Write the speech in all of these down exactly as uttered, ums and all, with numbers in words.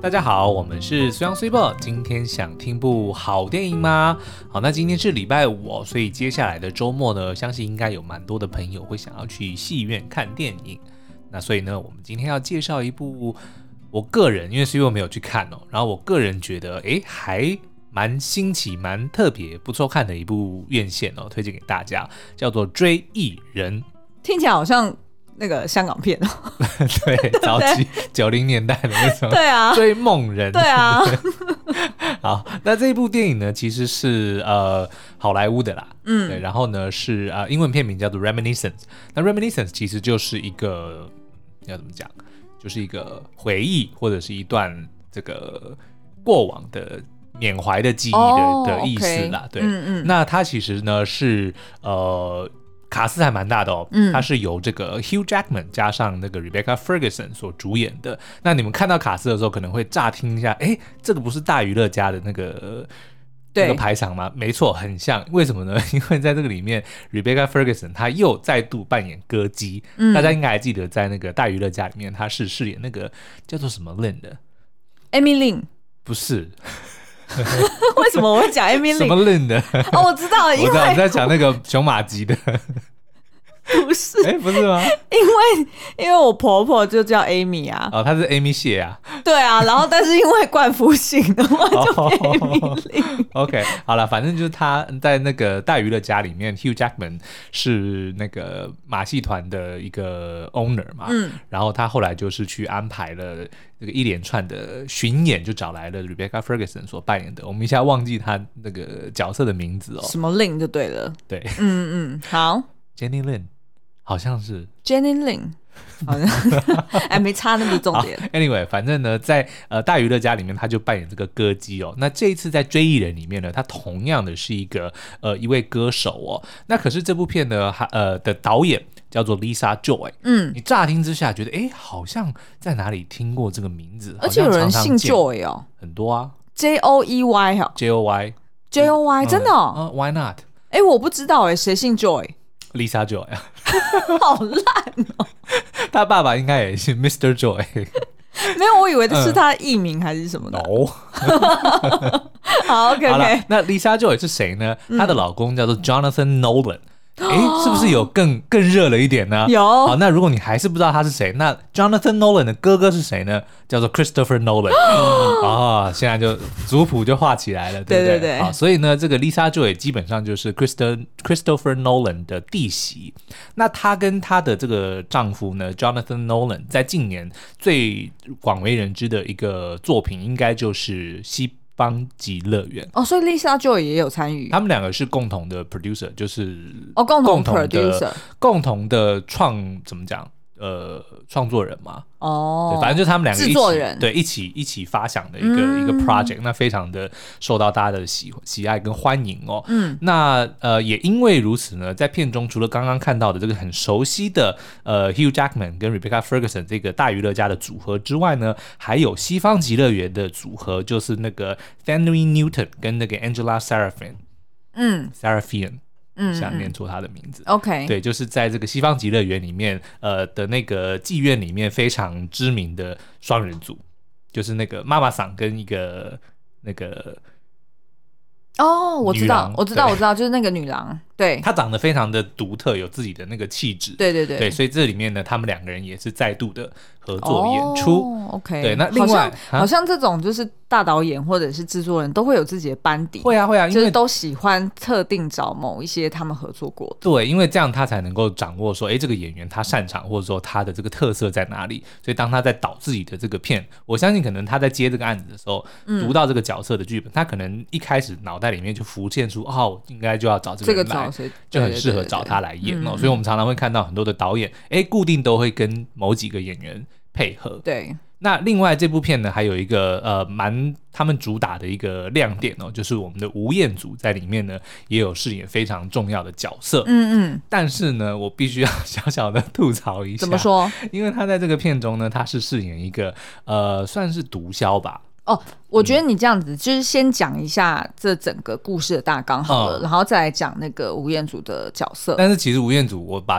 大家好，我们是虽阳虽报，今天想听部好电影吗？好，那今天是礼拜五、哦、所以接下来的周末呢，相信应该有蛮多的朋友会想要去戏院看电影。那所以呢，我们今天要介绍一部我个人，因为虽然我没有去看哦，然后我个人觉得，哎，还蛮新奇、蛮特别、不错看的一部院线哦，推荐给大家，叫做《追忆人》。 听起来好像那个香港片哦， 对，早期九零年代的那种， 对啊， 追梦人， 对啊。 好，那这一部电影呢，其实是呃好莱坞的啦，嗯，对，然后呢是呃英文片名叫做 Reminiscence。那 Reminiscence 其实就是一个要怎么讲，就是一个回忆或者是一段这个过往的缅怀的记忆的、oh, 的意思啦， okay. 对，嗯嗯。那它其实呢是呃。卡斯还蛮大的哦，嗯，它是由这个 Hugh Jackman 加上那个 Rebecca Ferguson 所主演的。那你们看到卡斯的时候，可能会乍听一下，哎，这个不是大娱乐家的那个那个排场吗？没错，很像。为什么呢？因为在这个里面 ，Rebecca Ferguson 她又再度扮演歌姬、嗯，大家应该还记得，在那个大娱乐家里面，她是饰演那个叫做什么 Lin 的 Amy Lin， 不是。 为什么我会讲 Amy Lin？ 什么 Lin 的？ 哦，我知道了，因为我知道你在讲那个熊马吉的。 不是， 哎，不是吗？ 因为因为我婆婆就叫 Amy 啊， 哦，她是 Amy 谢啊， 对啊，然后但是因为冠夫姓的话就 Amy Lin。OK， 好了，反正就是她在那个大娱乐家里面 ，Hugh Jackman 是那个马戏团的一个 owner 嘛，嗯，然后他后来就是去安排了这个一连串的巡演，就找来了 Rebecca Ferguson 所扮演的，我们一下忘记他那个角色的名字哦， 什么 Lin 就对了， 对， 嗯嗯，好 ，Jenny Lin。好像是 Jenny Lin， 好像哎，没差，那个重点。 Anyway， 反正呢，在呃大娱乐家里面，他就扮演这个歌姬哦。那这一次在《追忆人》里面呢，他同样的是一个呃一位歌手哦。那可是这部片呢，呃的导演叫做 Lisa Joy。嗯，你乍听之下觉得，哎，好像在哪里听过这个名字， 而且有人姓 Joy 哦， 很多啊 ，J O E Y 哈 ，J O Y，J O Y， 真的哦， 嗯 ，Why not？ 哎，我不知道哎，谁姓 Joy？Lisa Joy 啊， 好烂哦！ 他爸爸应该也是 Mister Joy， 没有，我以为这是他的艺名还是什么的。 No 好 ，OK OK。 那 Lisa Joy 是谁呢？嗯、她的老公叫做 Jonathan Nolan。哎，是不是有更更热了一点呢？ 有。 好，那如果你还是不知道他是谁，那 Jonathan Nolan 的哥哥是谁呢？叫做 Christopher Nolan。哦，现在就族谱就画起来了，对不对？对对对。好，所以呢，这个 Lisa Joy 基本上就是 Christo, Christopher Nolan 的弟媳。那她跟她的这个丈夫呢 ，Jonathan Nolan， 在近年最广为人知的一个作品，应该就是西方极乐园哦，所以 Lisa Joy 也有参与， 他们两个是共同的 producer， 就是哦，共同 producer， 共同的创怎么讲？呃，创作人嘛，哦，对，反正就是他们两个一起制作人， 对，一起一起发想的一个、嗯、一个 project， 那非常的受到大家的喜喜爱跟欢迎哦。嗯，那呃也因为如此呢，在片中除了刚刚看到的这个很熟悉的呃 Hugh Jackman 跟 Rebecca Ferguson 这个大娱乐家的组合之外呢，还有西方极乐园的组合，就是那个 Fenway Newton 跟那个 Angela Sarafyan， 嗯 Sarafyan。嗯，想念出他的名字。 OK， 对，就是在这个西方极乐园里面，呃的那个妓院里面非常知名的双人组，就是那个妈妈桑跟一个那个哦，我知道，我知道，我知道，就是那个女郎，对， 她长得非常的独特，有自己的那个气质。 对对对， 对，所以这里面呢，他们两个人也是再度的合作演出。 哦、OK， 对，那另外好像、啊、好像这种就是大导演或者是制作人都会有自己的班底。 会啊会啊，因为就是都喜欢特定找某一些他们合作过的。 对，因为这样他才能够掌握说，哎，这个演员他擅长或者说他的这个特色在哪里。所以当他在导自己的这个片，我相信可能他在接这个案子的时候，嗯、读到这个角色的剧本，他可能一开始脑袋里面就浮现出，哦，应该就要找这个人来， 这个就很适合找他来演哦。所以我们常常会看到很多的导演，哎，固定都会跟某几个演员配合。 对。 那另外这部片呢，还有一个呃蛮他们主打的一个亮点哦，就是我们的吴彦祖在里面呢也有饰演非常重要的角色。嗯嗯。但是呢，我必须要小小的吐槽一下。 怎么说？ 因为他在这个片中呢，他是饰演一个呃算是毒枭吧。 哦，我觉得你这样子、嗯、就是先讲一下这整个故事的大纲好了、嗯、然后再来讲那个吴彦祖的角色。 但是其实吴彦祖我把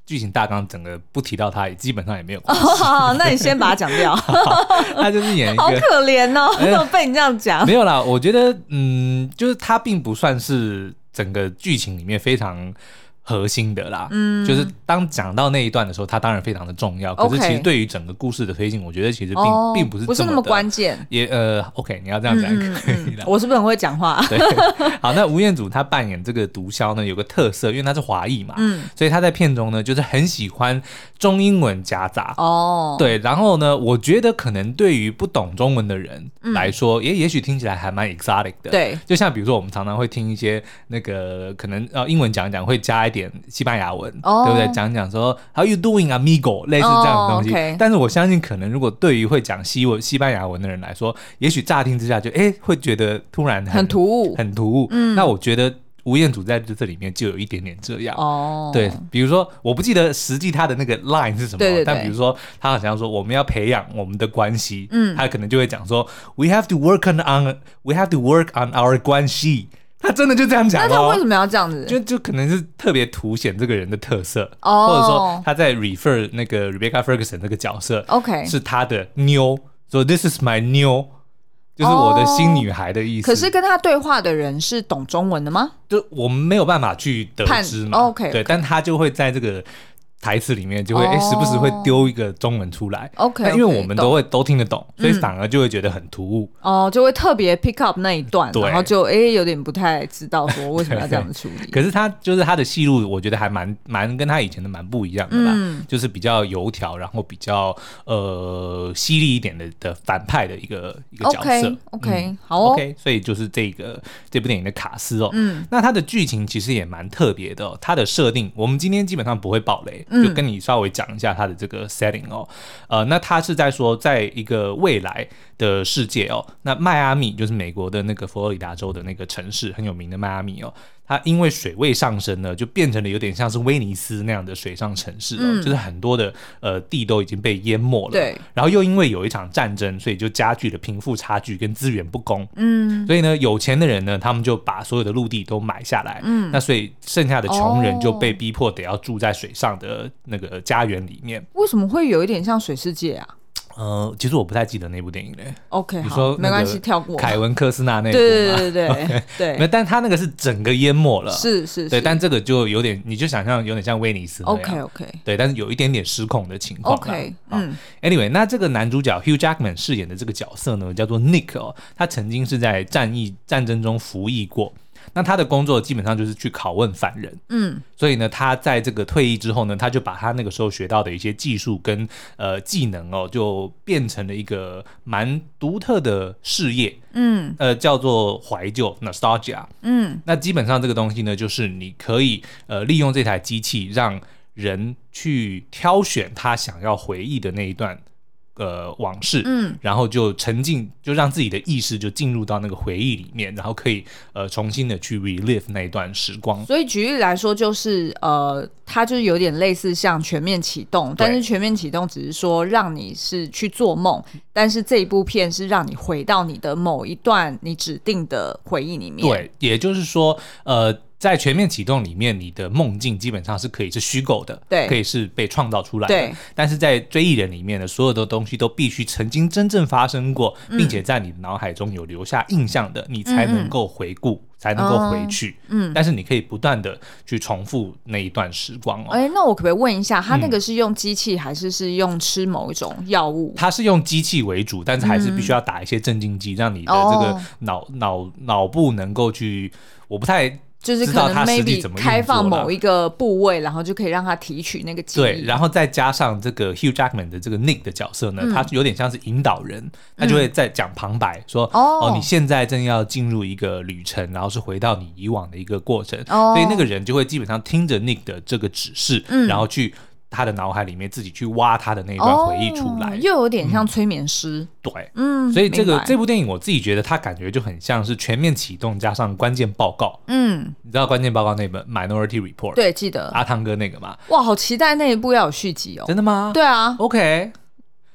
剧情大纲整个不提到他，也基本上也没有关系。 哦，那你先把它讲掉。 他就是演一个， 好可怜哦，怎么被你这样讲？ 没有啦，我觉得嗯，就是他并不算是整个剧情里面非常核心的啦，嗯，就是当讲到那一段的时候，它当然非常的重要，可是其实对于整个故事的推进，我觉得其实并、哦、并不是这么的不是那么关键。 也呃 ，OK， 你要这样讲也可以啦、嗯嗯。 我是不是很会讲话？ 对，好，那吴彦祖他扮演这个毒枭呢，有个特色，因为他是华裔嘛，嗯，所以他在片中呢，就是很喜欢中英文夹杂哦，对，然后呢，我觉得可能对于不懂中文的人来说，也、嗯、也许听起来还蛮 exotic 的，对，就像比如说我们常常会听一些那个可能呃英文讲一讲会加一点西班牙文，哦、对不对？讲讲说 How you doing, amigo， 类似这样的东西。Oh, okay. 但是我相信，可能如果对于会讲西文、西班牙文的人来说，也许乍听之下就哎会觉得突然 很, 很突兀， 很突兀。嗯，那我觉得吴彦祖在这里面就有一点点这样。哦，对，比如说我不记得实际他的那个 line 是什么，对对对，但比如说他好像说我们要培养我们的关系，嗯，他可能就会讲说 We have to work on, on We have to work on our 关系。他真的就这样讲、哦、 那他为什么要这样子？ 就就可能是特别凸显这个人的特色， oh. 或者说他在 refer 那个 Rebecca Ferguson 这个角色 ，OK， 是他的妞，说 This is my 妞，就是我的新女孩的意思。 可是跟他对话的人是懂中文的吗？ 就我们没有办法去得知嘛 ，OK， 对，但他就会在这个台词里面就会哎、oh. 时不时会丢一个中文出来 ，OK， 但因为我们都会都听得懂，所以反而就会觉得很突兀哦， oh, 就会特别 pick up 那一段，然后就哎有点不太知道说为什么要这样处理。 可是他就是他的戏路，我觉得还蛮蛮跟他以前的蛮不一样的啦，嗯、就是比较油条，然后比较呃犀利一点的的反派的一个一个角色。OK，, okay、嗯、好、哦、，OK， 所以就是这个这部电影的卡司哦，嗯，那它的剧情其实也蛮特别的、哦，它的设定我们今天基本上不会爆雷。就跟你稍微讲一下它的这个 setting 哦，呃，那它是在说，在一个未来的世界哦，那迈阿密就是美国的那个佛罗里达州的那个城市，很有名的迈阿密哦，它因为水位上升呢，就变成了有点像是威尼斯那样的水上城市哦，嗯、就是很多的呃地都已经被淹没了，对，然后又因为有一场战争，所以就加剧了贫富差距跟资源不公，嗯，所以呢，有钱的人呢，他们就把所有的陆地都买下来，嗯，那所以剩下的穷人就被逼迫得要住在水上的那个家园里面。 为什么会有一点像水世界啊？ 呃，其实我不太记得那部电影嘞。 OK， 你说没关系，跳过。 凯文科斯纳那部嘛， 对对对对 okay, 对。 对，但他那个是整个淹没了， 是是是。 对，但这个就有点，你就想象有点像威尼斯那样。 OK OK。 对，但是有一点点失控的情况。 OK， 嗯。 Anyway， 那这个男主角 Hugh Jackman 饰演的这个角色呢，叫做 Nick 哦，他曾经是在战役战争中服役过。那他的工作基本上就是去拷问犯人，嗯，所以呢，他在这个退役之后呢，他就把他那个时候学到的一些技术跟呃技能哦，就变成了一个蛮独特的事业，嗯，呃，叫做怀旧 nostalgia， 嗯，那基本上这个东西呢，就是你可以呃利用这台机器让人去挑选他想要回忆的那一段。呃，往事，嗯，然后就沉浸，就让自己的意识就进入到那个回忆里面，然后可以呃重新的去 relive 那一段时光。 所以举例来说，就是呃，它就是有点类似像全面启动，但是全面启动只是说让你是去做梦，但是这一部片是让你回到你的某一段你指定的回忆里面。 对，也就是说，呃。在全面启动里面，你的梦境基本上是可以是虚构的，对，可以是被创造出来的。对，但是在追忆人里面的所有的东西都必须曾经真正发生过，嗯、并且在你的脑海中有留下印象的，你才能够回顾。嗯嗯才能够回去，嗯，但是你可以不断的去重复那一段时光哦。 哎，那我可不可以问一下，他那个是用机器还是是用吃某一种药物？ 他是用机器为主，但是还是必须要打一些镇静剂，让你的这个脑脑脑部能够去，我不太。 就是可能 maybe 开放某一个部位，然后就可以让他提取那个记忆。 对，然后再加上这个 Hugh Jackman 的这个 Nick 的角色呢，嗯、他有点像是引导人，他就会在讲旁白说、嗯、哦，你现在正要进入一个旅程，然后是回到你以往的一个过程，哦、所以那个人就会基本上听着 Nick 的这个指示，嗯、然后去。他的脑海里面自己去挖他的那一段回忆出来，哦、 又有点像催眠师。 嗯、对，嗯，所以这个这部电影我自己觉得它感觉就很像是全面启动加上关键报告。嗯，你知道关键报告那本 Minority Report？ 对，记得阿汤哥那个嘛。 哇，好期待那一部要有续集哦！ 真的吗？ 对啊 ，OK。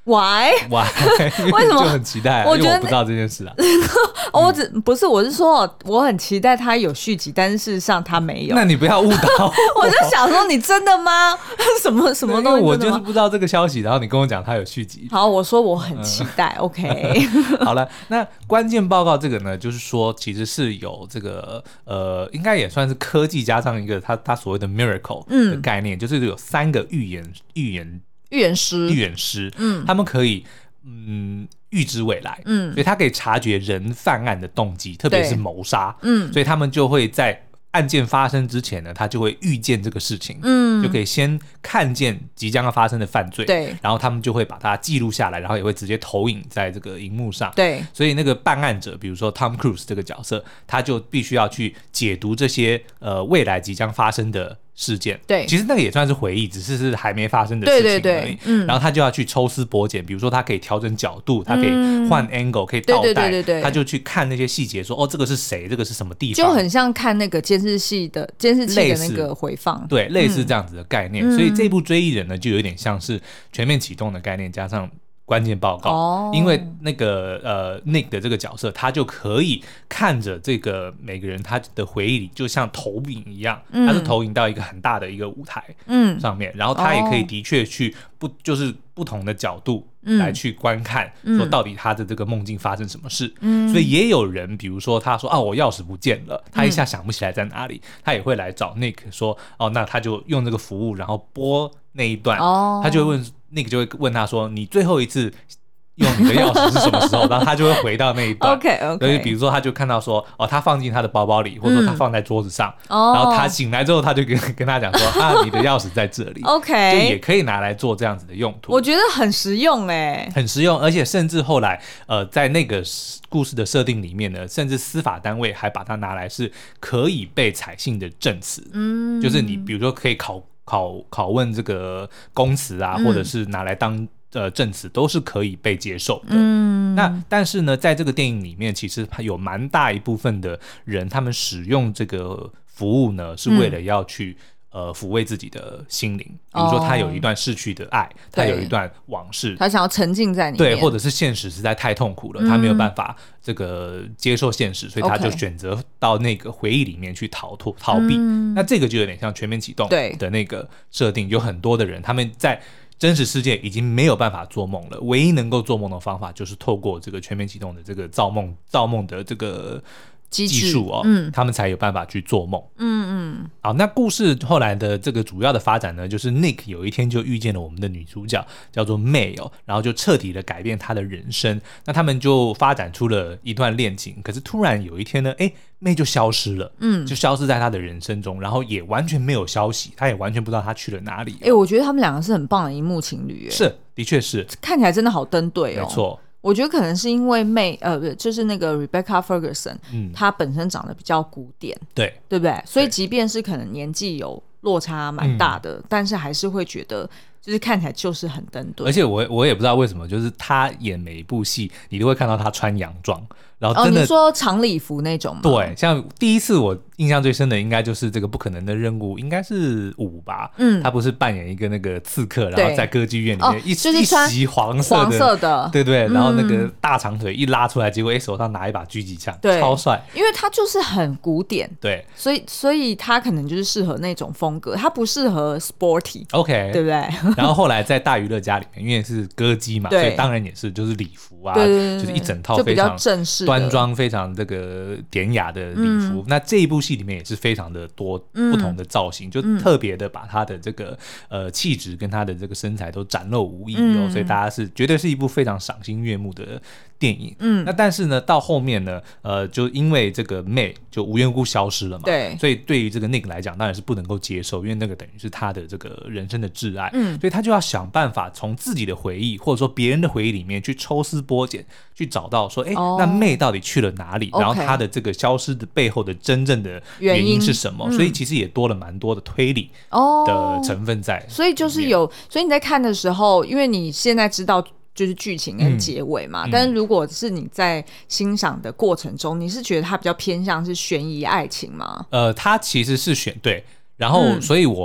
Why？ Why？ 为什么？ 就很期待、啊， 我觉得因为我不知道这件事啊。 哦、我只不是，我是说我很期待他有续集，但是事实上他没有。 那你不要误导我。 我就想说，你真的吗？什么什么东西？ 我就是不知道这个消息，然后你跟我讲他有续集。 好，我说我很期待。嗯、OK。 好了，那关键报告这个呢，就是说其实是有这个呃，应该也算是科技加上一个他他所谓的 miracle 的概念，嗯、就是有三个预言预言。 预言师， 预言师，嗯，他们可以，嗯，预知未来，嗯，所以他可以察觉人犯案的动机，特别是谋杀，嗯，所以他们就会在案件发生之前呢，他就会预见这个事情，嗯，就可以先看见即将要发生的犯罪， 对， 然后他们就会把它记录下来，然后也会直接投影在这个荧幕上， 对， 所以那个办案者，比如说 Tom Cruise 这个角色，他就必须要去解读这些呃未来即将发生的事件， 对， 其实那个也算是回忆，只是是还没发生的事情而已。对对对，嗯，然后他就要去抽丝剥茧，比如说他可以调整角度，他可以换 angle，、嗯、可以倒带，对对对对对，他就去看那些细节，说哦，这个是谁，这个是什么地方， 就很像看那个监视器的监视器的那个回放， 对，类似这样子的概念。嗯、所以这部追忆人呢，就有点像是全面启动的概念，加上关键报告，哦、因为那个呃 Nick 的这个角色，他就可以看着这个每个人他的回忆里，就像投影一样，嗯、他是投影到一个很大的一个舞台上面，嗯、然后他也可以的确去不就是不同的角度来去观看，嗯、说到底他的这个梦境发生什么事。嗯、所以也有人，比如说他说啊，我钥匙不见了，他一下想不起来在哪里，嗯、他也会来找 Nick 说，哦，那他就用这个服务，然后播那一段，哦、他就会问。那个就会问他说：“你最后一次用你的钥匙是什么时候？”然后他就会回到那一段。 OK OK。 所以比如说，他就看到说：“哦，他放进他的包包里，或者说他放在桌子上。嗯”然后他醒来之后，他就跟跟他讲说：“啊，你的钥匙在这里。” OK。 就也可以拿来做这样子的用途。 我觉得很实用哎、欸， 很实用，而且甚至后来呃，在那个故事的设定里面呢，甚至司法单位还把它拿来是可以被采信的证词。嗯，就是你比如说可以考。考拷问这个公词啊，嗯、或者是拿来当呃证词，都是可以被接受的。嗯，那但是呢，在这个电影里面，其实有蛮大一部分的人，他们使用这个服务呢，是为了要去、嗯、呃抚慰自己的心灵。比如说，他有一段逝去的爱，哦、他有一段往事， 他想要沉浸在里面， 对，或者是现实实在太痛苦了，嗯、他没有办法这个接受现实，所以他就选择到那个回忆里面去逃脱、逃避。嗯、那这个就有点像全面启动的那个设定，有很多的人他们在真实世界已经没有办法做梦了，唯一能够做梦的方法就是透过这个全面启动的这个造梦、造梦的这个技术哦，嗯，他们才有办法去做梦。嗯嗯。好，那故事后来的这个主要的发展呢，就是 Nick 有一天就遇见了我们的女主角，叫做 May 哦，然后就彻底的改变她的人生。那他们就发展出了一段恋情，可是突然有一天呢，哎 ，May 就消失了，嗯，就消失在她的人生中，然后也完全没有消息，她也完全不知道她去了哪里。 哎，我觉得他们两个是很棒的荧幕情侣， 是，的确是， 看起来真的好登对哦， 没错。 我觉得可能是因为妹呃，就是那个 Rebecca Ferguson，嗯，她本身长得比较古典， 对对不对？所以即便是可能年纪有落差蛮大的，嗯、但是还是会觉得就是看起来就是很登对。 而且我我也不知道为什么，就是她演每一部戏，你都会看到她穿洋装，然后真的、 哦、你说长礼服那种吗？ 对，像第一次我印象最深的应该就是这个不可能的任务，应该是五吧，嗯，他不是扮演一个那个刺客，然后在歌剧院里面一、哦就是、一袭黄色的， 黄色的， 对对，然后那个大长腿一拉出来，结果手上拿一把狙击枪， 对， 超帅， 因为他就是很古典， 对， 所以所以他可能就是适合那种风格，他不适合 sporty，OK， 对不对？ 然后后来在大娱乐家里面，因为是歌姬嘛，所以当然也是就是礼服啊，对对对对，就是一整套非常正式、 端庄、非常这个典雅的礼服。嗯、那这一部戏里面也是非常的多不同的造型，嗯、就特别的把他的这个呃气质跟他的这个身材都展露无遗哦，嗯、所以大家是绝对是一部非常赏心悦目的电影。嗯，那但是呢，到后面呢，呃，就因为这个 May 就无缘无故消失了嘛， 对， 所以对于这个 Nick 来讲，当然是不能够接受，因为那个等于是他的这个人生的挚爱，嗯，所以他就要想办法从自己的回忆或者说别人的回忆里面去抽丝剥茧，去找到说，哎，哦、那 May 到底去了哪里？ Okay, 然后他的这个消失的背后的真正的原因是什么？嗯、所以其实也多了蛮多的推理的成分在，哦， 所以就是有，所以你在看的时候，因为你现在知道就是剧情跟结尾嘛，嗯、但是如果是你在欣赏的过程中，你是觉得它比较偏向是悬疑爱情吗？ 呃，它其实是选对，然后所以我。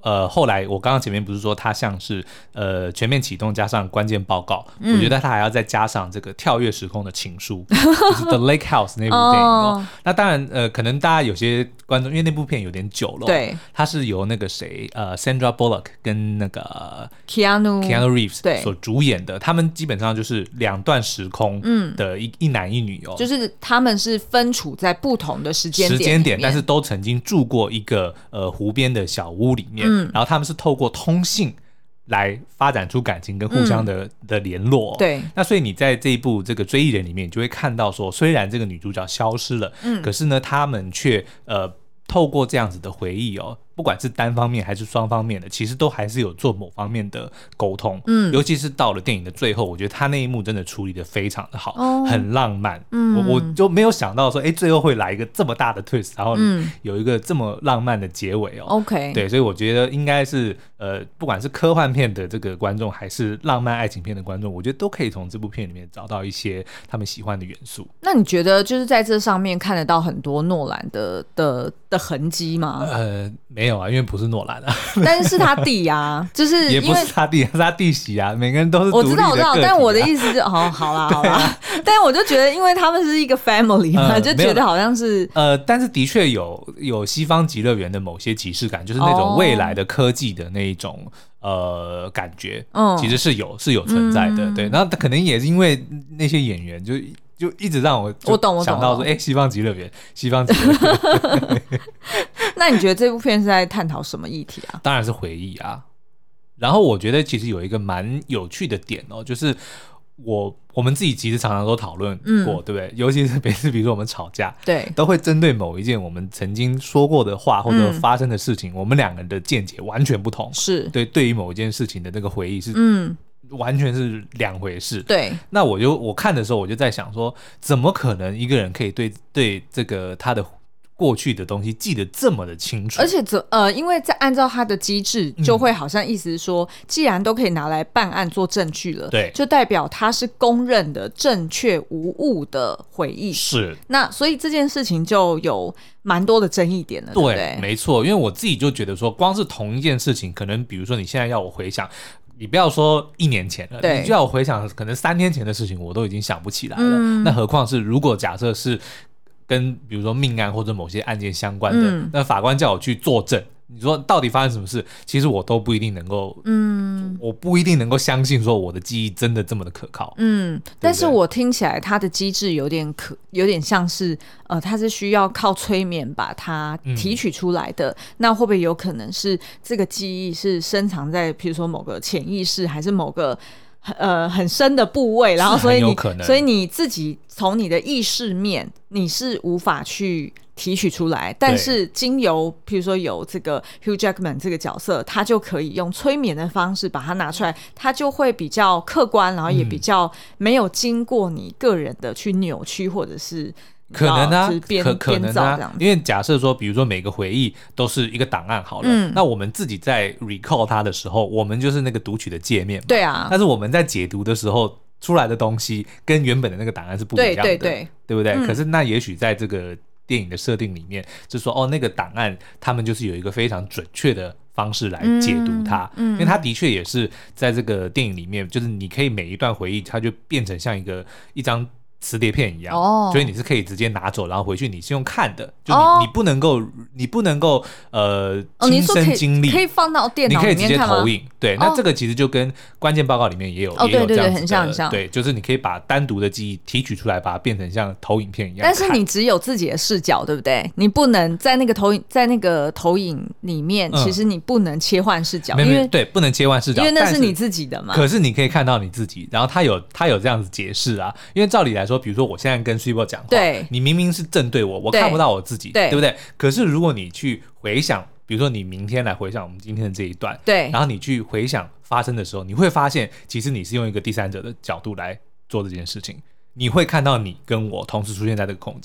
呃，后来我刚刚前面不是说它像是呃全面启动加上关键报告，嗯、我觉得它还要再加上这个跳跃时空的情书，就是 The Lake House 那部电影、哦。那当然，呃，可能大家有些观众因为那部片有点久了， 对， 它是由那个谁呃 Sandra Bullock 跟那个 Keanu Keanu Reeves 所主演的，他们基本上就是两段时空的一、嗯、一男一女哦， 就是他们是分处在不同的时间点， 时间点，但是都曾经住过一个呃湖边的小屋里面。嗯、然后他们是透过通信来发展出感情跟互相的、嗯、的联络、哦。 对， 那所以你在这一部这个追忆人里面，你就会看到说，虽然这个女主角消失了，嗯、可是呢，他们却呃透过这样子的回忆哦。不管是单方面还是双方面的，其实都还是有做某方面的沟通。嗯，尤其是到了电影的最后，我觉得他那一幕真的处理得非常的好，哦、很浪漫。嗯，我我就没有想到说，哎，最后会来一个这么大的 twist， 然后有一个这么浪漫的结尾哦。 OK， 对，所以我觉得应该是呃，不管是科幻片的这个观众，还是浪漫爱情片的观众，我觉得都可以从这部片里面找到一些他们喜欢的元素。 那你觉得就是在这上面看得到很多诺兰的的的痕迹吗？ 呃，没有啊，因为不是诺兰啊， 但是是他弟啊，就是也不是他弟，是他弟媳啊，每个人都是独立的个体、啊、 我知道我知道，但我的意思是，哦，好啦好啦，啊、但我就觉得，因为他们是一个 family 嘛，呃、就觉得好像是呃，但是的确有有西方极乐园的某些即视感，就是那种未来的科技的那一种。呃，感觉，嗯，其实是有是有存在的，嗯、对。然后可能也是因为那些演员就就一直让我我懂我想到说，哎、欸，西方极乐园，西方极乐园。 那你觉得这部片是在探讨什么议题啊？ 当然是回忆啊。然后我觉得其实有一个蛮有趣的点哦，就是我我们自己其实常常都讨论过，嗯、对不对？尤其是每次比如说我们吵架，对，都会针对某一件我们曾经说过的话或者发生的事情，嗯、我们两个人的见解完全不同，是对对于某一件事情的那个回忆是，嗯。完全是两回事。对，那我就我看的时候，我就在想说，怎么可能一个人可以对对这个他的过去的东西记得这么的清楚？而且呃，因为在按照他的机制，就会好像意思是说，嗯、既然都可以拿来办案做证据了，对，就代表他是公认的正确无误的回忆。是，那所以这件事情就有蛮多的争议点了，对不对？ 对，没错，因为我自己就觉得说，光是同一件事情，可能比如说你现在要我回想。你不要说一年前了，你就要我回想可能三天前的事情，我都已经想不起来了。嗯、那何况是如果假设是跟比如说命案或者某些案件相关的，嗯、那法官叫我去作证，你说到底发生什么事，其实我都不一定能够，嗯，我不一定能够相信说我的记忆真的这么的可靠。嗯，对对， 但是我听起来它的机制有点可，有点像是，呃，它是需要靠催眠把它提取出来的。嗯、那会不会有可能是这个记忆是深藏在，比如说某个潜意识，还是某个呃很深的部位？然后所以你，所以你自己从你的意识面，你是无法去提取出来，但是经由譬如说有这个 Hugh Jackman 这个角色，他就可以用催眠的方式把它拿出来，他就会比较客观，然后也比较没有经过你个人的去扭曲或者是可能啊，可可能啊，因为假设说，比如说每个回忆都是一个档案好了，嗯、那我们自己在 recall 它的时候，我们就是那个读取的界面嘛，对啊，但是我们在解读的时候出来的东西跟原本的那个档案是不一样的，对对对，对不对？嗯、可是那也许在这个电影的设定里面就说哦，那个档案他们就是有一个非常准确的方式来解读它，嗯嗯、因为它的确也是在这个电影里面，就是你可以每一段回忆它就变成像一个一张磁碟片一样，哦、所以你是可以直接拿走，然后回去你是用看的，就你、哦、你不能够你不能够呃亲身经历、哦， 可以放到电脑里面看吗？ 你可以直接投影，对，哦、那这个其实就跟关键报告里面也有、哦、也有这样子的，对对对，很像很像，对，就是你可以把单独的记忆提取出来，把它变成像投影片一样， 但是你只有自己的视角，对不对？你不能在那个投影在那个投影里面，嗯、其实你不能切换视角， 因为对不能切换视角， 因为那是你自己的嘛。 可是你可以看到你自己，然后他有他有这样子解释啊，因为照理来说。比如说我现在跟 Super 讲话，对，你明明是正对我，我看不到我自己， 对, 对不对？可是如果你去回想，比如说你明天来回想我们今天的这一段，对，然后你去回想发生的时候，你会发现其实你是用一个第三者的角度来做这件事情，你会看到你跟我同时出现在这个空间。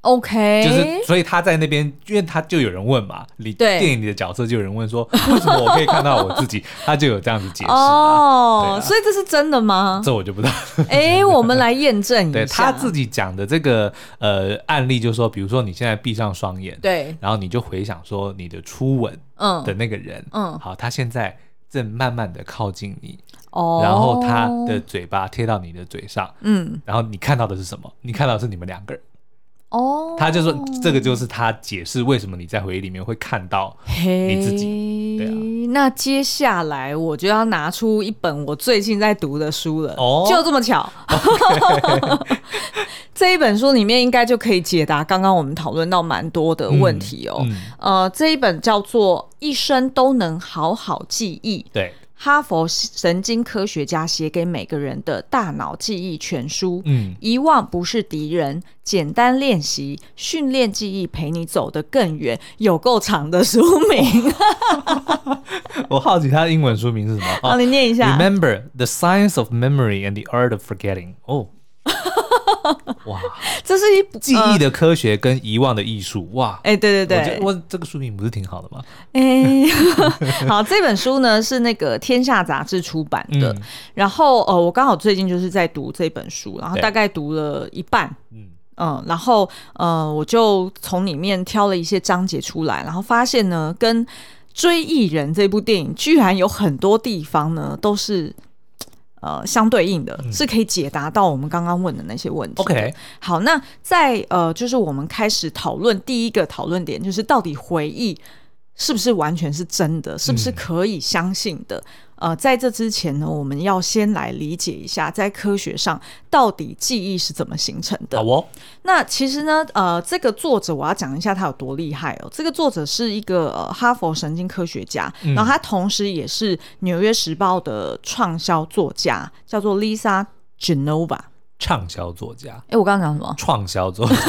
OK， 就是所以他在那边，因为他就有人问嘛，里电影里的角色就有人问说，为什么我可以看到我自己？他就有这样子解释哦、 啊， 所以这是真的吗？ 这我就不知道。 哎、欸，我们来验证一下。 对他自己讲的这个呃案例，就是说，比如说你现在闭上双眼， 对， 然后你就回想说你的初吻的那个人，嗯，嗯好，他现在正慢慢的靠近你。哦、然后他的嘴巴贴到你的嘴上，嗯，然后你看到的是什么？你看到的是你们两个人。哦，他就说这个就是他解释为什么你在回忆里面会看到你自己。对啊， 那接下来我就要拿出一本我最近在读的书了，哦，就这么巧。Okay 这一本书里面应该就可以解答刚刚我们讨论到蛮多的问题哦。嗯嗯、呃，这一本叫做《一生都能好好记忆》。 对。 哈佛神经科学家写给每个人的大脑记忆全书，嗯，遗忘不是敌人，简单练习，训练记忆，陪你走得更远，有够长的书名。 我好奇它的英文书名是什么？ 好、哦，你念一下。 Remember the science of memory and the art of forgetting。哦。哇， 这是一部记忆的科学跟遗忘的艺术。哇， 哎、欸，对对对， 我, 我这个书名不是挺好的吗？ 哎、欸，好，这本书呢是那个天下杂志出版的，嗯、然后呃，我刚好最近就是在读这本书，然后大概读了一半，嗯嗯，然后呃，我就从里面挑了一些章节出来，然后发现呢，跟《追忆人》这部电影居然有很多地方呢都是。呃，相对应的、嗯、是可以解答到我们刚刚问的那些问题。 OK， 好，那在呃，就是我们开始讨论第一个讨论点，就是到底回忆是不是完全是真的，是不是可以相信的？嗯、呃，在这之前呢，我们要先来理解一下，在科学上到底记忆是怎么形成的。 好哦。 那其实呢，呃，这个作者我要讲一下他有多厉害哦。这个作者是一个、呃、哈佛神经科学家，嗯、然后他同时也是《纽约时报》的畅销作家，叫做 Lisa Genova。 畅销作家？ 哎、欸，我刚刚讲什么？ 畅销作家。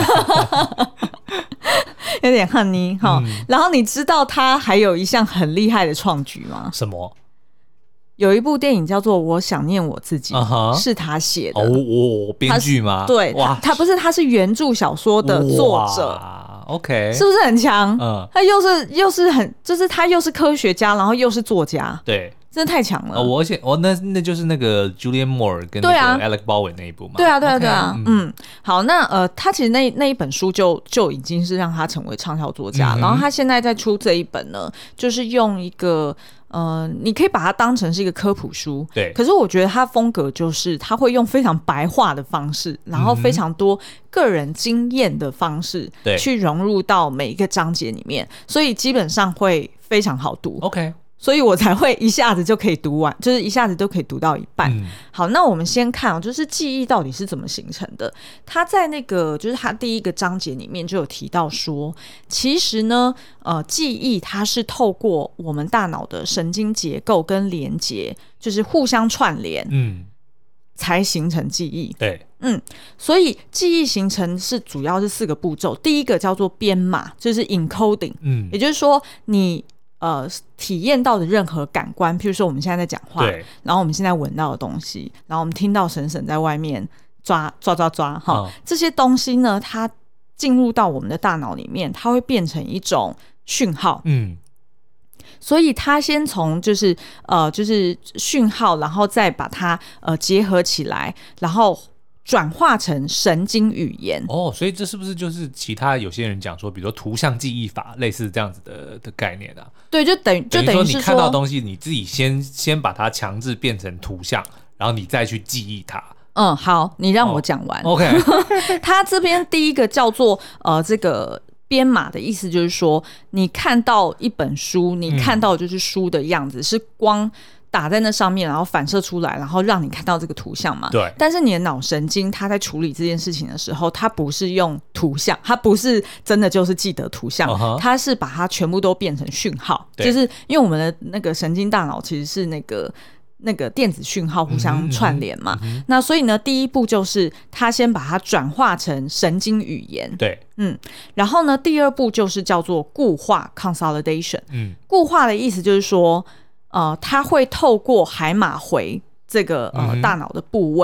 有点恨你哈。嗯、然后你知道他还有一项很厉害的创举吗？ 什么？ 有一部电影叫做《我想念我自己》， uh-huh. 是他写的。 哦，我编剧吗？ 对，哇，他不是，他是原著小说的作者。 OK， 是不是很强？ 嗯， 他又是又是很，就是他又是科学家，然后又是作家。 对。 真的太强了！ 哦、我而且我、哦、那那就是那个 Julianne Moore 跟那个 Alec Baldwin 那一部嘛。 对啊，对啊，对啊。Okay, 嗯，好，那呃，他其实那那一本书就就已经是让他成为畅销作家，嗯、然后他现在在出这一本呢，就是用一个呃，你可以把它当成是一个科普书。 对。 可是我觉得他风格就是他会用非常白话的方式，然后非常多个人经验的方式， 对， 去融入到每一个章节里面，所以基本上会非常好读。 OK。 所以我才会一下子就可以读完，就是一下子都可以读到一半。嗯、好，那我们先看、哦，就是记忆到底是怎么形成的。他在那个就是他第一个章节里面就有提到说，其实呢，呃，记忆它是透过我们大脑的神经结构跟连结，就是互相串联，嗯，才形成记忆。 对， 嗯，所以记忆形成是主要是四个步骤，第一个叫做编码，就是 encoding， 嗯，也就是说你。呃，体验到的任何感官，譬如说我们现在在讲话，然后我们现在闻到的东西，然后我们听到婶婶在外面抓抓抓抓哈、哦，这些东西呢，它进入到我们的大脑里面，它会变成一种讯号，嗯，所以它先从就是呃就是讯号，然后再把它呃结合起来，然后。转化成神经语言哦，所以这是不是就是其他有些人讲说，比如说图像记忆法，类似这样子的的概念啊？ 对，就等于就等于是说， 你看到东西，你自己先先把它强制变成图像，然后你再去记忆它。 嗯，好，你让我讲完。 哦、OK， 他这边第一个叫做呃这个。编码的意思就是说，你看到一本书，你看到就是书的样子，嗯、是光打在那上面，然后反射出来，然后让你看到这个图像嘛。 对。 但是你的脑神经，它在处理这件事情的时候，它不是用图像，它不是真的就是记得图像， uh-huh. 它是把它全部都变成讯号。就是因为我们的那个神经大脑其实是那个。那个电子讯号互相串联嘛、嗯嗯嗯、那所以呢第一步就是他先把它转化成神经语言， 对， 嗯，然后呢第二步就是叫做固化 consolidation， 嗯，固化的意思就是说呃，它会透过海马回这个呃、嗯、大脑的部位，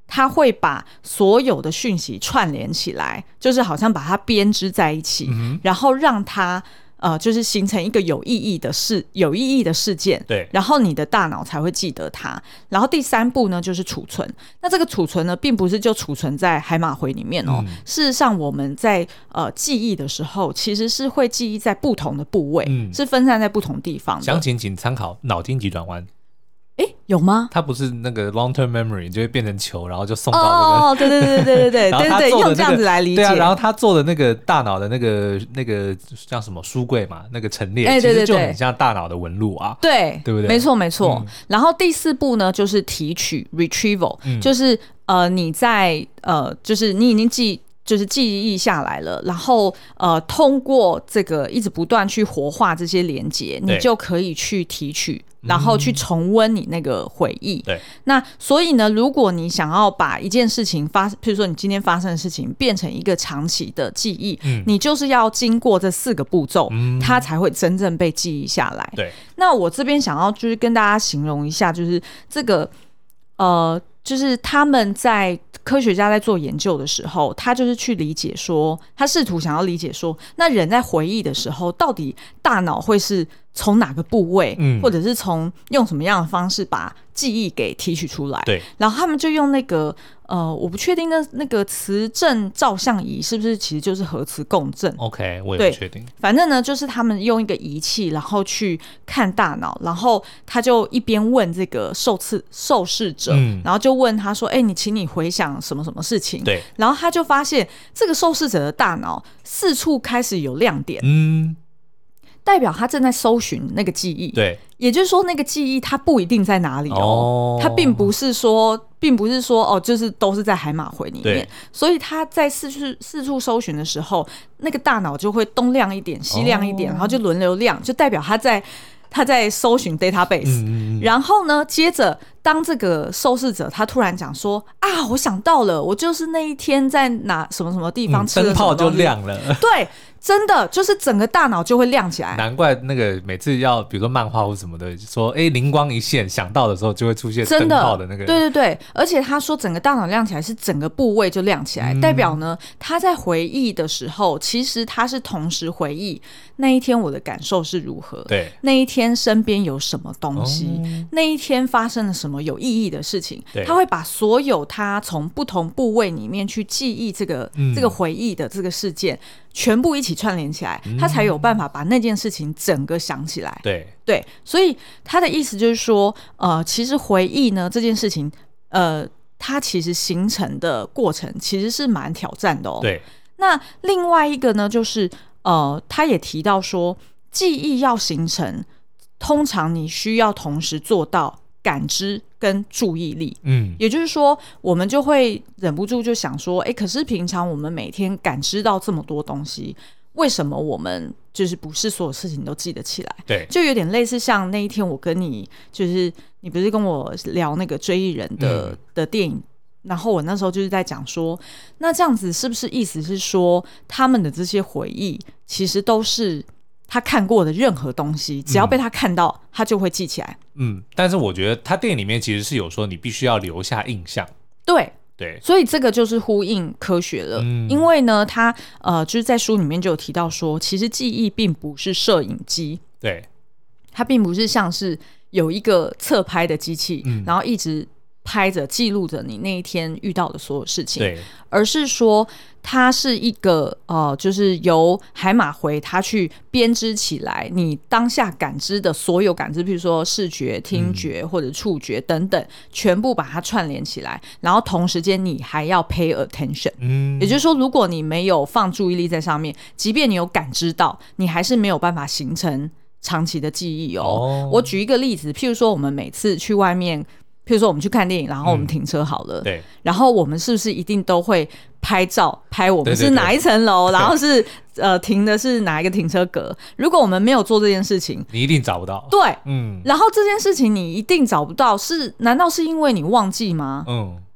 它会把所有的讯息串联起来，就是好像把它编织在一起，嗯、然后让它呃，就是形成一个有意义的事，有意义的事件， 对， 然后你的大脑才会记得它。然后第三步呢，就是储存。那这个储存呢，并不是就储存在海马回里面哦。嗯、事实上，我们在呃记忆的时候，其实是会记忆在不同的部位，嗯、是分散在不同地方的。 详情请参考脑筋急转弯。 哎，有吗？ 它不是那个 long term memory 就会变成球，然后就送到那个哦，对对对对对对对对对，用这样子来理解。 对啊，然后他做的那个大脑的那个那个像什么书柜嘛，那个陈列， 欸、 其实就很像大脑的纹路啊， 对对不对？ 没错没错。 嗯、 然后第四步呢，就是提取 retrieval，、嗯、就是呃你在呃就是你已经记。就是记忆下来了，然后呃，通过这个一直不断去活化这些连结，你就可以去提取，然后去重温你那个回忆。 对， 那所以呢，如果你想要把一件事情发，譬如说你今天发生的事情变成一个长期的记忆，嗯、你就是要经过这四个步骤，嗯、它才会真正被记忆下来。 对， 那我这边想要就是跟大家形容一下，就是这个呃。就是他们在科学家在做研究的时候，他就是去理解说，他试图想要理解说，那人在回忆的时候，到底大脑会是从哪个部位，嗯、或者是从用什么样的方式把记忆给提取出来？对。然后他们就用那个呃，我不确定那那个磁振照相仪是不是其实就是核磁共振 ？OK， 我也不确定。 反正呢，就是他们用一个仪器，然后去看大脑，然后他就一边问这个受试受试者，嗯、然后就问他说：“哎、欸，你请你回想什么什么事情？” 对。 然后他就发现这个受试者的大脑四处开始有亮点，嗯，代表他正在搜寻那个记忆。对。也就是说，那个记忆它不一定在哪里哦，哦它并不是说，并不是说哦，就是都是在海马回里面。所以他在四处四处搜寻的时候，那个大脑就会东亮一点，西亮一点，哦、然后就轮流亮，就代表他在他在搜寻 database。嗯、然后呢，接着当这个受试者他突然讲说啊，我想到了，我就是那一天在哪什么什么地方吃了什么东西，灯泡就亮了。对。真的就是整个大脑就会亮起来， 难怪那个每次要比如说漫画或什么的，说哎灵光一现想到的时候就会出现灯泡的那个。 对对对，而且他说整个大脑亮起来是整个部位就亮起来，嗯、代表呢他在回忆的时候，其实他是同时回忆那一天我的感受是如何，对，那一天身边有什么东西，哦、那一天发生了什么有意义的事情，他会把所有他从不同部位里面去记忆这个、嗯、这个回忆的这个事件。全部一起串联起来，他才有办法把那件事情整个想起来。对对，所以他的意思就是说，呃，其实回忆呢这件事情，呃，它其实形成的过程其实是蛮挑战的哦。对。那另外一个呢，就是呃，他也提到说，记忆要形成，通常你需要同时做到感知跟注意力，嗯，也就是说，我们就会忍不住就想说，哎，可是平常我们每天感知到这么多东西，为什么我们就是不是所有事情都记得起来？对，就有点类似像那一天我跟你，就是你不是跟我聊那个追忆人的、嗯、的电影，然后我那时候就是在讲说，那这样子是不是意思是说，他们的这些回忆其实都是他看过的任何东西，只要被他看到，嗯、他就会记起来。嗯， 但是我觉得他电影里面其实是有说，你必须要留下印象。 对对，所以这个就是呼应科学了。嗯、因为呢，他呃就是在书里面就有提到说，其实记忆并不是摄影机，对，它并不是像是有一个侧拍的机器，嗯、然后一直拍着记录着你那一天遇到的所有事情，对，而是说它是一个呃，就是由海马回它去编织起来，你当下感知的所有感知，比如说视觉、听觉或者触觉等等，嗯、全部把它串联起来，然后同时间你还要 pay attention，嗯，也就是说，如果你没有放注意力在上面，即便你有感知到，你还是没有办法形成长期的记忆哦。哦，我举一个例子，譬如说我们每次去外面，譬如说我们去看电影，然后我们停车好了，嗯、对，然后我们是不是一定都会拍照，拍我们是哪一层楼，然后是呃停的是哪一个停车格？如果我们没有做这件事情， 你一定找不到。 对，嗯，然后这件事情你一定找不到，是难道是因为你忘记吗？嗯，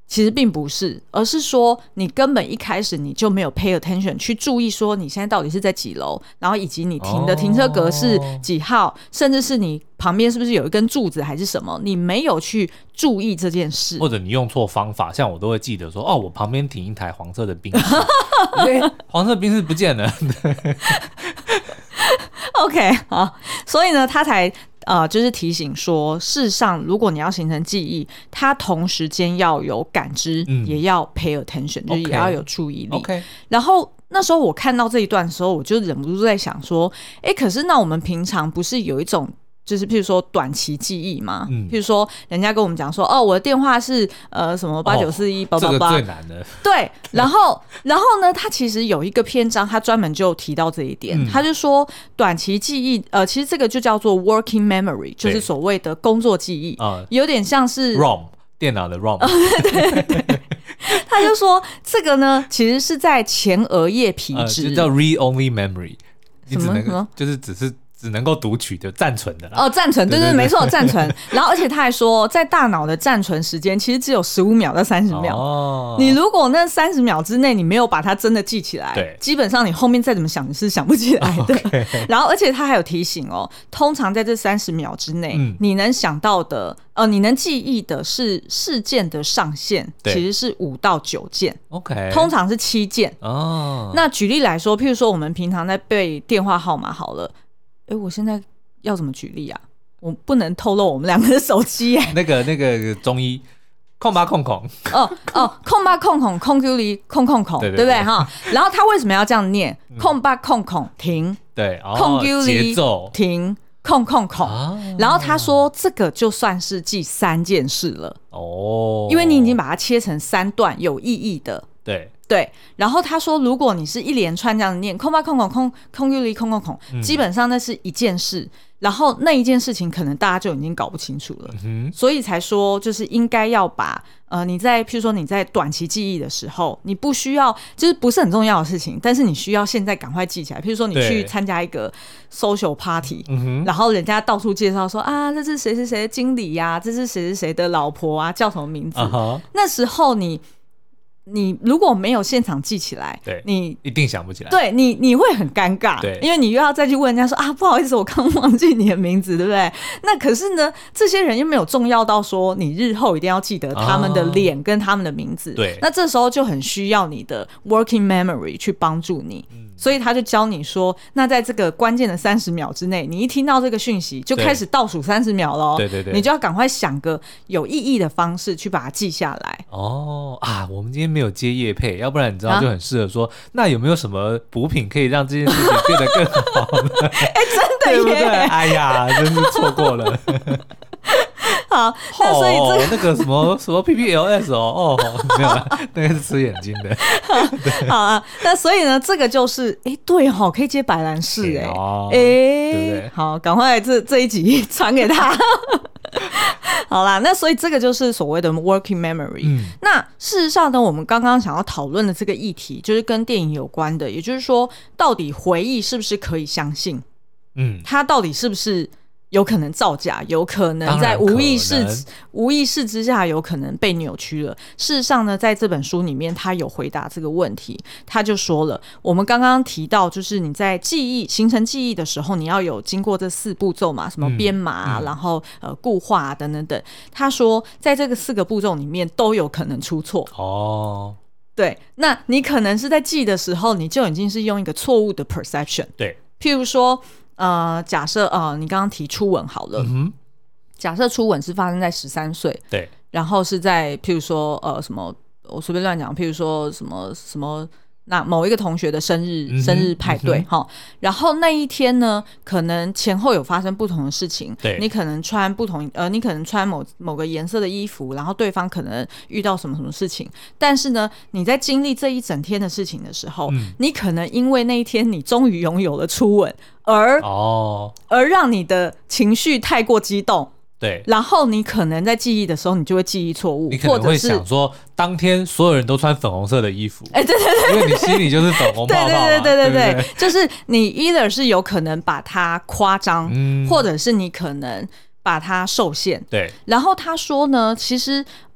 其实并不是，而是说你根本一开始你就没有 pay attention 去注意说你现在到底是在几楼，然后以及你停的停车格是几号、哦、甚至是你旁边是不是有一根柱子还是什么，你没有去注意这件事， 或者你用错方法，像我都会记得说哦，我旁边停一台黄色的宾士欸、黄色宾士不见了 OK 好，所以呢他才呃，就是提醒说事实上如果你要形成记忆，它同时间要有感知、嗯、也要 pay attention、okay. 就是也要有注意力、 okay. 然后那时候我看到这一段的时候，我就忍不住在想说哎，可是那我们平常不是有一种就是譬如说短期记忆嘛、嗯、譬如说人家跟我们讲说哦，我的电话是呃什么八九四一八八八， 这个最难的。 对，然后然后呢他其实有一个篇章他专门就提到这一点、嗯、他就说短期记忆呃其实这个就叫做 working memory， 就是所谓的工作记忆、呃、有点像是 ROM 电脑的 ROM、呃、 对对对他就说这个呢其实是在前额叶皮质、 呃、就叫 read only memory， 你只什么能什么就是只是只能够读取的暂存的啦。 哦，暂存，对 对, 对, 对没错，暂存。然后而且他还说在大脑的暂存时间其实只有十五秒到三十秒、哦、你如果那三十秒之内你没有把它真的记起来，对，基本上你后面再怎么想你是想不起来的、okay、然后而且他还有提醒哦，通常在这三十秒之内、嗯、你能想到的呃，你能记忆的是事件的上限其实是五到九件 OK， 通常是七件哦。那举例来说，譬如说我们平常在背电话号码好了，哎，我现在要怎么举例啊？我不能透露我们两个的手机耶。 那个那个中医空八空空哦哦，空八空空空 Q 里空空空，对不对哈？然后他为什么要这样念？空八空空停， 对， 空 Q 里节奏停。空空空、啊，然后他说这个就算是记三件事了哦，因为你已经把它切成三段有意义的， 对对。然后他说，如果你是一连串这样念空吧空空空空 Q 里空空空，基本上那是一件事，然后那一件事情可能大家就已经搞不清楚了，嗯、所以才说就是应该要把呃你在譬如说你在短期记忆的时候，你不需要就是不是很重要的事情，但是你需要现在赶快记起来。譬如说你去参加一个 social party，、嗯、然后人家到处介绍说啊，这是谁谁谁的经理呀、啊，这是谁谁谁的老婆啊，叫什么名字？ uh-huh. 那时候你。你如果没有现场记起来， 对， 你一定想不起来， 对你你会很尴尬，对，因为你又要再去问人家说啊，不好意思，我刚忘记你的名字，对不对？那可是呢，这些人又没有重要到说你日后一定要记得他们的脸跟他们的名字，对、啊，那这时候就很需要你的 working memory 去帮助你。嗯，所以他就教你说，那在这个关键的三十秒之内，你一听到这个讯息就开始倒数三十秒咯，对对对，你就要赶快想个有意义的方式去把它记下来。 哦啊，我们今天没有接业配，要不然你知道就很适合说、啊、那有没有什么补品可以让这件事情变得更好呢？ 哎、欸，真的耶，对不对？ 哎呀，真是错过了。 好，那所以这个、 哦、那个什么什么 P P L S 哦，哦，没有啦，那个是吃眼睛的。 好啊，那所以呢，这个就是哎，对哦，可以接白兰氏哎，哎、哦，对不对？好，赶快这这一集传给他。好啦，那所以这个就是所谓的 working memory、嗯、那事实上呢，我们刚刚想要讨论的这个议题就是跟电影有关的，也就是说到底回忆是不是可以相信，嗯，它到底是不是有可能造假，有可能在无意识无意识之下有可能被扭曲了。事实上呢，在这本书里面他有回答这个问题，他就说了，我们刚刚提到就是你在记忆形成记忆的时候，你要有经过这四步骤嘛，什么编码、啊嗯嗯、然后呃固化、啊、等等等。他说在这个四个步骤里面都有可能出错哦。对，那你可能是在记的时候你就已经是用一个错误的 perception， 对，譬如说呃，假设呃，你刚刚提初吻好了，嗯、假设初吻是发生在十三岁，对，然后是在譬如说呃什么，我随便乱讲，譬如说什么什么，那某一个同学的生日、嗯、生日派对哈、嗯，然后那一天呢，可能前后有发生不同的事情，对，你可能穿不同呃，你可能穿某某个颜色的衣服，然后对方可能遇到什么什么事情，但是呢，你在经历这一整天的事情的时候，嗯、你可能因为那一天你终于拥有了初吻。而哦，而让你的情绪太过激动，对，然后你可能在记忆的时候，你就会记忆错误， 你可能会想说，当天所有人都穿粉红色的衣服， 哎、欸，对对对， 因为你心里就是粉红泡泡嘛， 对对对对对 对, 对, 对, 对，就是你 either 是有可能把它夸张、嗯，或者是你可能把它受限，对。然后他说呢，其实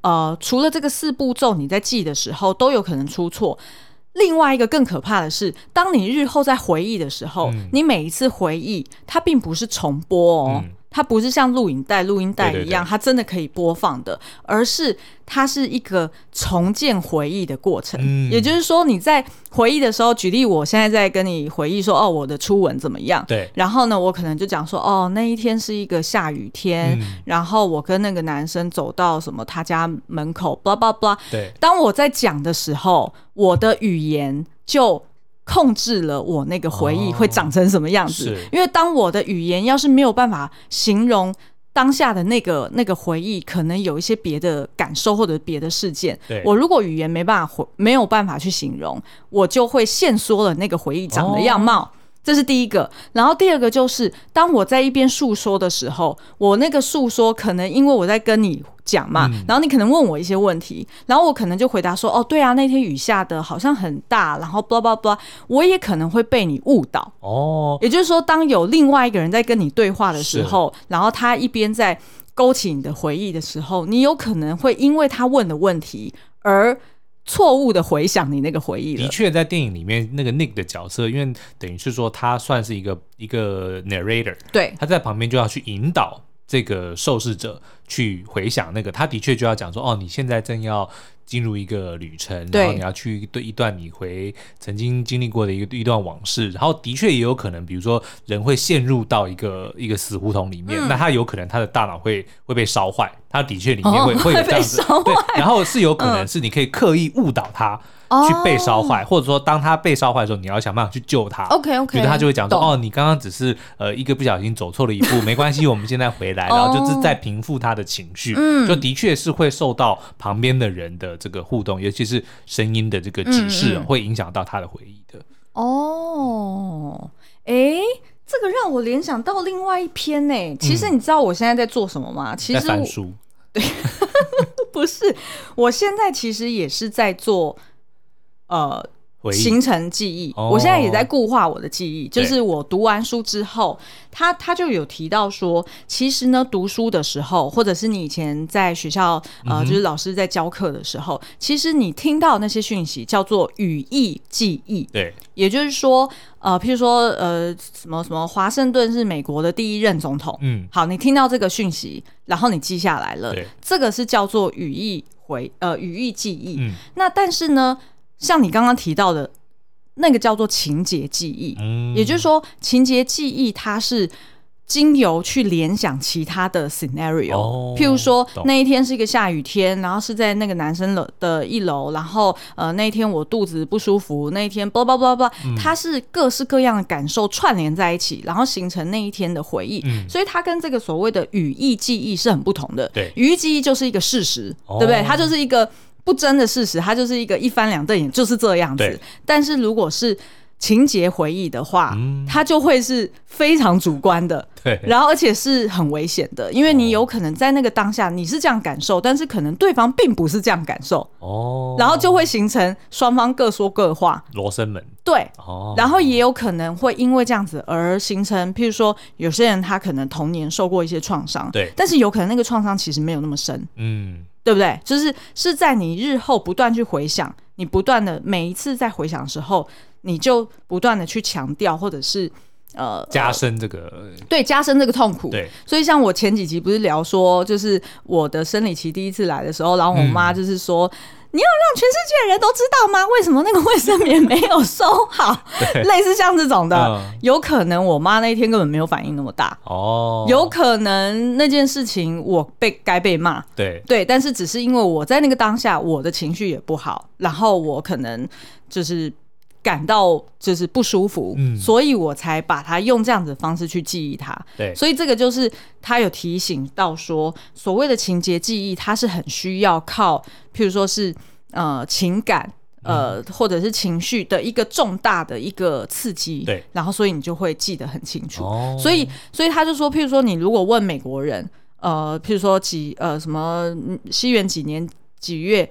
呃，除了这个四步骤你在记的时候都有可能出错，另外一个更可怕的是，当你日后在回忆的时候、嗯、你每一次回忆它并不是重播哦、嗯，它不是像录影带录音带一样，对对对，它真的可以播放的，而是它是一个重建回忆的过程、嗯、也就是说你在回忆的时候，举例我现在在跟你回忆说哦我的初吻怎么样， 对， 然后呢我可能就讲说哦那一天是一个下雨天、嗯、然后我跟那个男生走到什么他家门口 blah blah blah， 对， 当我在讲的时候我的语言就控制了我那个回忆会长成什么样子、哦、因为当我的语言要是没有办法形容当下的那个那个回忆，可能有一些别的感受或者别的事件，我如果语言没办法没有办法去形容，我就会限缩了那个回忆长的样貌、哦，这是第一个。然后第二个就是当我在一边诉说的时候，我那个诉说可能因为我在跟你讲嘛、嗯、然后你可能问我一些问题，然后我可能就回答说哦对啊那天雨下的好像很大，然后 blah blah blah， 我也可能会被你误导哦。也就是说当有另外一个人在跟你对话的时候，然后他一边在勾起你的回忆的时候，你有可能会因为他问的问题而错误的回想你那个回忆了。 的确在电影里面那个 Nick 的角色，因为等于是说他算是一个一个 narrator， 对， 他在旁边就要去引导这个受试者去回想那个，他的确就要讲说哦你现在正要进入一个旅程，然后你要去对一段你回曾经经历过的一个一段往事，然后的确也有可能比如说人会陷入到一个一个死胡同里面、嗯、那他有可能他的大脑会会被烧坏，他的确里面会、哦、会有这样子，对，然后是有可能是你可以刻意误导他、嗯、去被烧坏、哦、或者说当他被烧坏的时候你要想办法去救他。 OK OK， 觉得他就会讲说哦你刚刚只是呃一个不小心走错了一步没关系我们现在回来然后就是在平复他的情绪、嗯、就的确是会受到旁边的人的这个互动，尤其是声音的这个指示、嗯嗯、会影响到他的回忆的。 哦，诶这个让我联想到另外一篇呢。其实你知道我现在在做什么吗？其实在翻书。 对不是，我现在其实也是在做呃形成记忆、哦、我现在也在固化我的记忆，就是我读完书之后他他就有提到说其实呢读书的时候或者是你以前在学校呃就是老师在教课的时候、嗯、其实你听到那些讯息叫做语义记忆。 对， 也就是说呃譬如说呃什么什么华盛顿是美国的第一任总统，嗯，好，你听到这个讯息然后你记下来了，这个是叫做语义回呃语义记忆、嗯、那但是呢像你刚刚提到的那个叫做情节记忆、嗯、也就是说情节记忆它是经由去联想其他的 scenario、哦、譬如说那一天是一个下雨天，然后是在那个男生的一楼，然后呃那一天我肚子不舒服，那一天 blah blah blah blah、嗯、它是各式各样的感受串联在一起，然后形成那一天的回忆、嗯、所以它跟这个所谓的语义记忆是很不同的。 对， 语义记忆就是一个事实、哦、对不对？它就是一个不争的事实，它就是一个一翻两瞪眼就是这样子。但是如果是情节回忆的话、嗯、它就会是非常主观的，对，然后而且是很危险的，因为你有可能在那个当下你是这样感受，但是可能对方并不是这样感受哦，然后就会形成双方各说各话， 罗生门。 对、哦、然后也有可能会因为这样子而形成，譬如说有些人他可能童年受过一些创伤，对，但是有可能那个创伤其实没有那么深，嗯，对不对？就是是在你日后不断去回想，你不断的每一次在回想的时候你就不断的去强调或者是呃加深这个、 呃、对加深这个痛苦。对，所以像我前几集不是聊说就是我的生理期第一次来的时候，然后我妈就是说、嗯你要让全世界的人都知道吗？为什么那个卫生棉没有收好？类似像这种的、嗯、有可能我妈那一天根本没有反应那么大哦，有可能那件事情我被该被骂，对对，但是只是因为我在那个当下我的情绪也不好，然后我可能就是感到就是不舒服、嗯、所以我才把它用这样子的方式去记忆它。对，所以这个就是他有提醒到说所谓的情节记忆它是很需要靠譬如说是呃情感呃、嗯、或者是情绪的一个重大的一个刺激，对，然后所以你就会记得很清楚、哦、所以所以他就说譬如说你如果问美国人呃譬如说几呃什么西元几年几月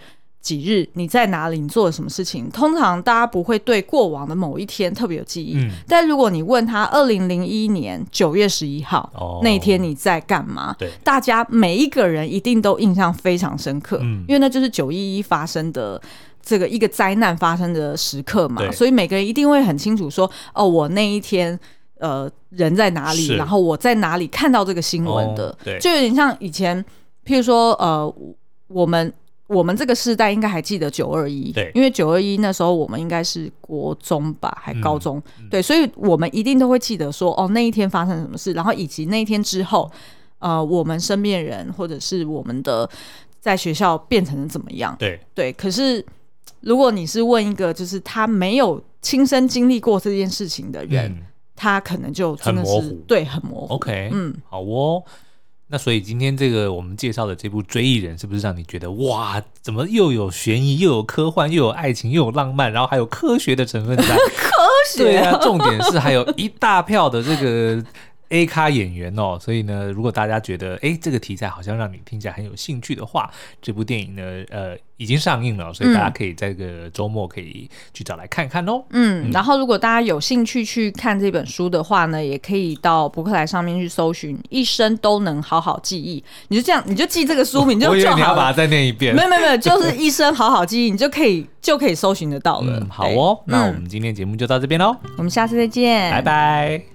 几日你在哪里，你做了什么事情，通常大家不会对过往的某一天特别有记忆、嗯、但如果你问他二零零一年九月十一号、哦、那一天你在干嘛， 对， 大家每一个人一定都印象非常深刻、嗯、因为那就是九一一发生的这个一个灾难发生的时刻嘛，所以每个人一定会很清楚说，哦，我那一天呃人在哪里，然后我在哪里看到这个新闻的、哦、对，就有点像以前譬如说呃我们我们这个世代应该还记得九二一，对，因为九二一那时候我们应该是国中吧，还高中、嗯、对，所以我们一定都会记得说，哦，那一天发生什么事，然后以及那一天之后呃，我们身边人或者是我们的在学校变成了怎么样，对对，可是如果你是问一个就是他没有亲身经历过这件事情的人、嗯、他可能就真的是很模糊，对，很模糊。 OK， 嗯，好哦。那所以今天这个我们介绍的这部《追忆人》是不是让你觉得哇，怎么又有悬疑又有科幻又有爱情又有浪漫，然后还有科学的成分在科学对啊，重点是还有一大票的这个A 咖演员哦，所以呢，如果大家觉得哎这个题材好像让你听起来很有兴趣的话，这部电影呢呃已经上映了，所以大家可以在这个周末可以去找来看看哦。 嗯，嗯然后如果大家有兴趣去看这本书的话呢，也可以到博客来上面去搜寻一生都能好好记忆，你就这样你就记这个书名就就好了。 我以为你要把它再念一遍。 没有没有没有，就是一生好好记忆，你就可以就可以搜寻得到了。 嗯，好哦，那我们今天节目就到这边咯， 我们下次再见， 拜拜。